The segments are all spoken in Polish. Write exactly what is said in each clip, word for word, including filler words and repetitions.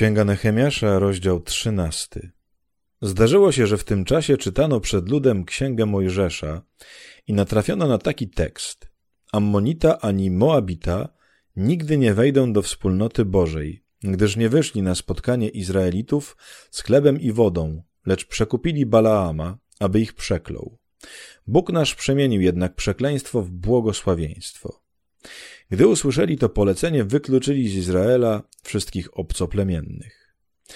Księga Nehemiasza, rozdział trzynasty. Zdarzyło się, że w tym czasie czytano przed ludem księgę Mojżesza i natrafiono na taki tekst. Ammonita ani Moabita nigdy nie wejdą do wspólnoty Bożej, gdyż nie wyszli na spotkanie Izraelitów z chlebem i wodą, lecz przekupili Balaama, aby ich przeklął. Bóg nasz przemienił jednak przekleństwo w błogosławieństwo. Gdy usłyszeli to polecenie, wykluczyli z Izraela wszystkich obcoplemiennych.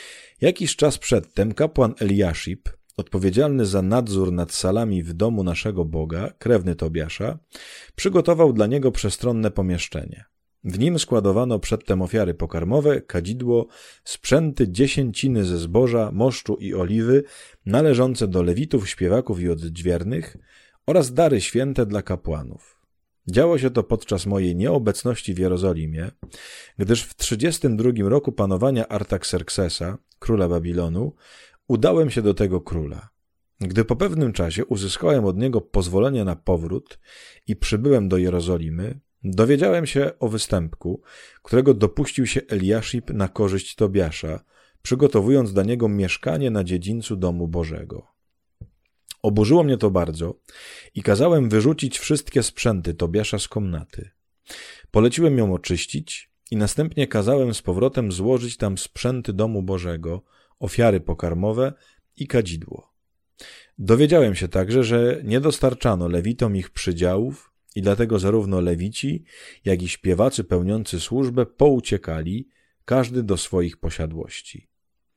Jakiś czas przedtem kapłan Eliaszib, odpowiedzialny za nadzór nad salami w domu naszego Boga, krewny Tobiasza, przygotował dla niego przestronne pomieszczenie. W nim składowano przedtem ofiary pokarmowe, kadzidło, sprzęty, dziesięciny ze zboża, moszczu i oliwy należące do lewitów, śpiewaków i odźwiernych oraz dary święte dla kapłanów. Działo się to podczas mojej nieobecności w Jerozolimie, gdyż w trzydziestym drugim roku panowania Artaxerxesa, króla Babilonu, udałem się do tego króla. Gdy po pewnym czasie uzyskałem od niego pozwolenie na powrót i przybyłem do Jerozolimy, dowiedziałem się o występku, którego dopuścił się Eliaszib na korzyść Tobiasza, przygotowując dla niego mieszkanie na dziedzińcu domu Bożego. Oburzyło mnie to bardzo i kazałem wyrzucić wszystkie sprzęty Tobiasza z komnaty. Poleciłem ją oczyścić i następnie kazałem z powrotem złożyć tam sprzęty domu Bożego, ofiary pokarmowe i kadzidło. Dowiedziałem się także, że nie dostarczano lewitom ich przydziałów i dlatego zarówno lewici, jak i śpiewacy pełniący służbę pouciekali, każdy do swoich posiadłości.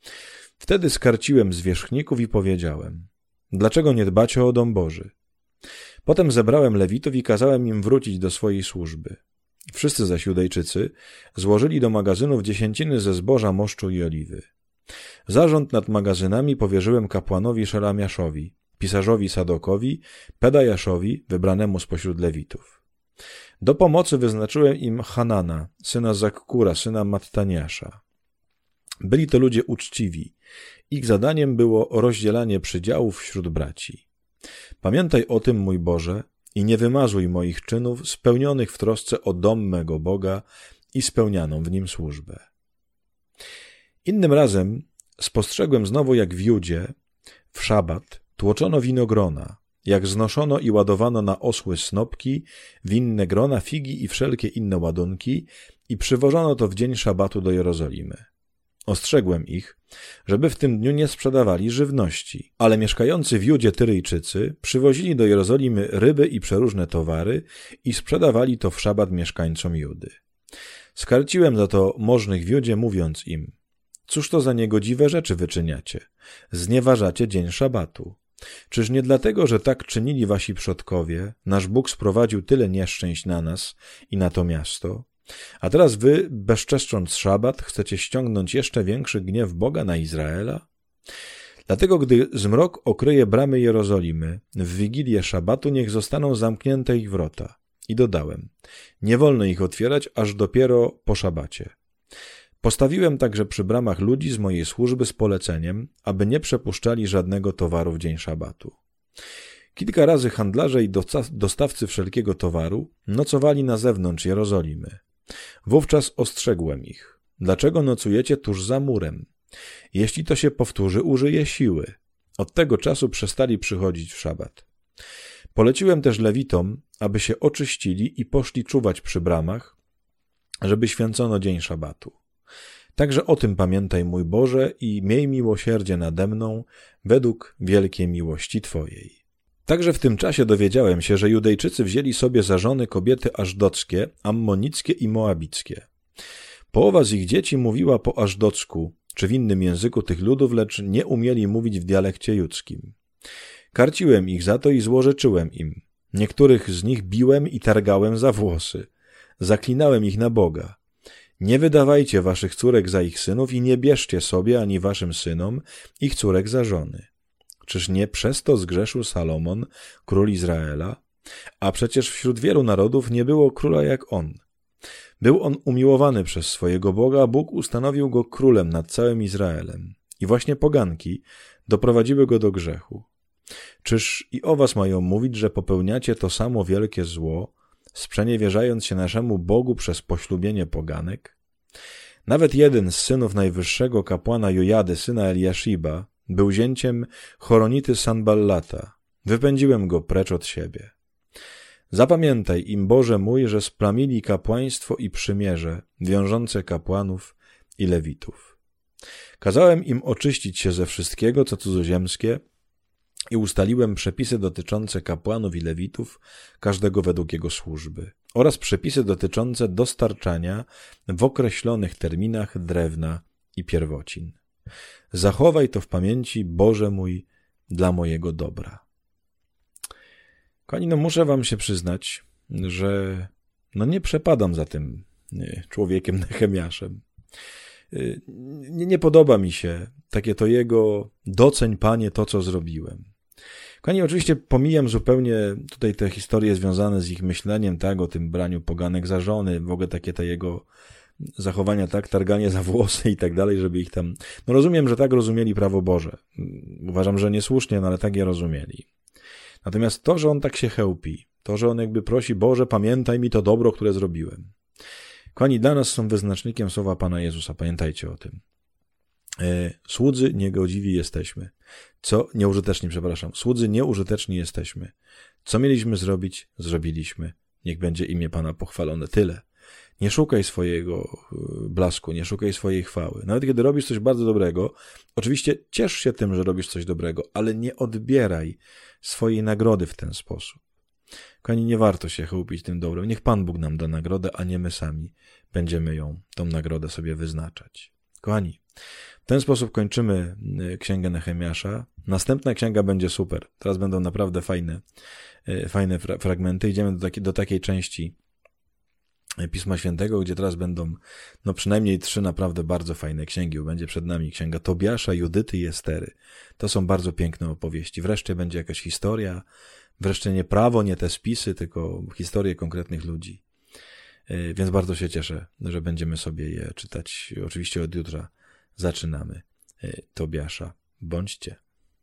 Wtedy skarciłem zwierzchników i powiedziałem: dlaczego nie dbacie o dom Boży? Potem zebrałem lewitów i kazałem im wrócić do swojej służby. Wszyscy zaś Judejczycy złożyli do magazynów dziesięciny ze zboża, moszczu i oliwy. Zarząd nad magazynami powierzyłem kapłanowi Szelamiaszowi, pisarzowi Sadokowi, Pedajaszowi, wybranemu spośród lewitów. Do pomocy wyznaczyłem im Hanana, syna Zakkura, syna Mattaniasza. Byli to ludzie uczciwi. Ich zadaniem było rozdzielanie przydziałów wśród braci. Pamiętaj o tym, mój Boże, i nie wymazuj moich czynów spełnionych w trosce o dom mego Boga i spełnianą w nim służbę. Innym razem spostrzegłem znowu, jak w Judzie w szabat tłoczono winogrona, jak znoszono i ładowano na osły snopki, winne grona, figi i wszelkie inne ładunki i przywożono to w dzień szabatu do Jerozolimy. Ostrzegłem ich, żeby w tym dniu nie sprzedawali żywności, ale mieszkający w Judzie Tyryjczycy przywozili do Jerozolimy ryby i przeróżne towary i sprzedawali to w szabat mieszkańcom Judy. Skarciłem za to możnych w Judzie, mówiąc im: cóż to za niegodziwe rzeczy wyczyniacie? Znieważacie dzień szabatu. Czyż nie dlatego, że tak czynili wasi przodkowie, nasz Bóg sprowadził tyle nieszczęść na nas i na to miasto? A teraz wy, bezczeszcząc szabat, chcecie ściągnąć jeszcze większy gniew Boga na Izraela? Dlatego, gdy zmrok okryje bramy Jerozolimy, w wigilię szabatu niech zostaną zamknięte ich wrota. I dodałem: nie wolno ich otwierać, aż dopiero po szabacie. Postawiłem także przy bramach ludzi z mojej służby z poleceniem, aby nie przepuszczali żadnego towaru w dzień szabatu. Kilka razy handlarze i dostawcy wszelkiego towaru nocowali na zewnątrz Jerozolimy. Wówczas ostrzegłem ich: dlaczego nocujecie tuż za murem? Jeśli to się powtórzy, użyję siły. Od tego czasu przestali przychodzić w szabat. Poleciłem też lewitom, aby się oczyścili i poszli czuwać przy bramach, żeby święcono dzień szabatu. Także o tym pamiętaj, mój Boże, i miej miłosierdzie nade mną według wielkiej miłości Twojej. Także w tym czasie dowiedziałem się, że Judejczycy wzięli sobie za żony kobiety ażdockie, ammonickie i moabickie. Połowa z ich dzieci mówiła po ażdocku, czy w innym języku tych ludów, lecz nie umieli mówić w dialekcie judzkim. Karciłem ich za to i złorzeczyłem im. Niektórych z nich biłem i targałem za włosy. Zaklinałem ich na Boga. Nie wydawajcie waszych córek za ich synów i nie bierzcie sobie ani waszym synom ich córek za żony. Czyż nie przez to zgrzeszył Salomon, król Izraela? A przecież wśród wielu narodów nie było króla jak on. Był on umiłowany przez swojego Boga, a Bóg ustanowił go królem nad całym Izraelem. I właśnie poganki doprowadziły go do grzechu. Czyż i o was mają mówić, że popełniacie to samo wielkie zło, sprzeniewierzając się naszemu Bogu przez poślubienie poganek? Nawet jeden z synów najwyższego kapłana Jojady, syna Eliashiba, był zięciem Choronity Sanballata. Wypędziłem go precz od siebie. Zapamiętaj im, Boże mój, że splamili kapłaństwo i przymierze wiążące kapłanów i lewitów. Kazałem im oczyścić się ze wszystkiego, co cudzoziemskie, i ustaliłem przepisy dotyczące kapłanów i lewitów, każdego według jego służby, oraz przepisy dotyczące dostarczania w określonych terminach drewna i pierwocin. Zachowaj to w pamięci, Boże mój, dla mojego dobra. Kochani, no muszę wam się przyznać, że no nie przepadam za tym człowiekiem Nehemiaszem. Nie, nie podoba mi się takie to jego doceń, Panie, to, co zrobiłem. Kochani, oczywiście pomijam zupełnie tutaj te historie związane z ich myśleniem, tak, o tym braniu poganek za żony, w ogóle takie te jego zachowania, tak, targanie za włosy i tak dalej, żeby ich tam... No rozumiem, że tak rozumieli prawo Boże. Uważam, że niesłusznie, no ale tak je rozumieli. Natomiast to, że on tak się chełpi, to, że on jakby prosi, Boże, pamiętaj mi to dobro, które zrobiłem. Kochani, dla nas są wyznacznikiem słowa Pana Jezusa, pamiętajcie o tym. Słudzy niegodziwi jesteśmy. Co? Nieużyteczni, przepraszam. Słudzy nieużyteczni jesteśmy. Co mieliśmy zrobić? Zrobiliśmy. Niech będzie imię Pana pochwalone. Tyle. Nie szukaj swojego blasku, nie szukaj swojej chwały. Nawet kiedy robisz coś bardzo dobrego, oczywiście ciesz się tym, że robisz coś dobrego, ale nie odbieraj swojej nagrody w ten sposób. Kochani, nie warto się chełpić tym dobrem. Niech Pan Bóg nam da nagrodę, a nie my sami będziemy ją, tą nagrodę sobie wyznaczać. Kochani, w ten sposób kończymy Księgę Nehemiasza. Następna księga będzie super. Teraz będą naprawdę fajne, fajne fra- fragmenty. Idziemy do, taki, do takiej części Pisma Świętego, gdzie teraz będą no przynajmniej trzy naprawdę bardzo fajne księgi. Będzie przed nami księga Tobiasza, Judyty i Estery. To są bardzo piękne opowieści. Wreszcie będzie jakaś historia, wreszcie nie prawo, nie te spisy, tylko historie konkretnych ludzi. Więc bardzo się cieszę, że będziemy sobie je czytać. Oczywiście od jutra zaczynamy Tobiasza. Bądźcie.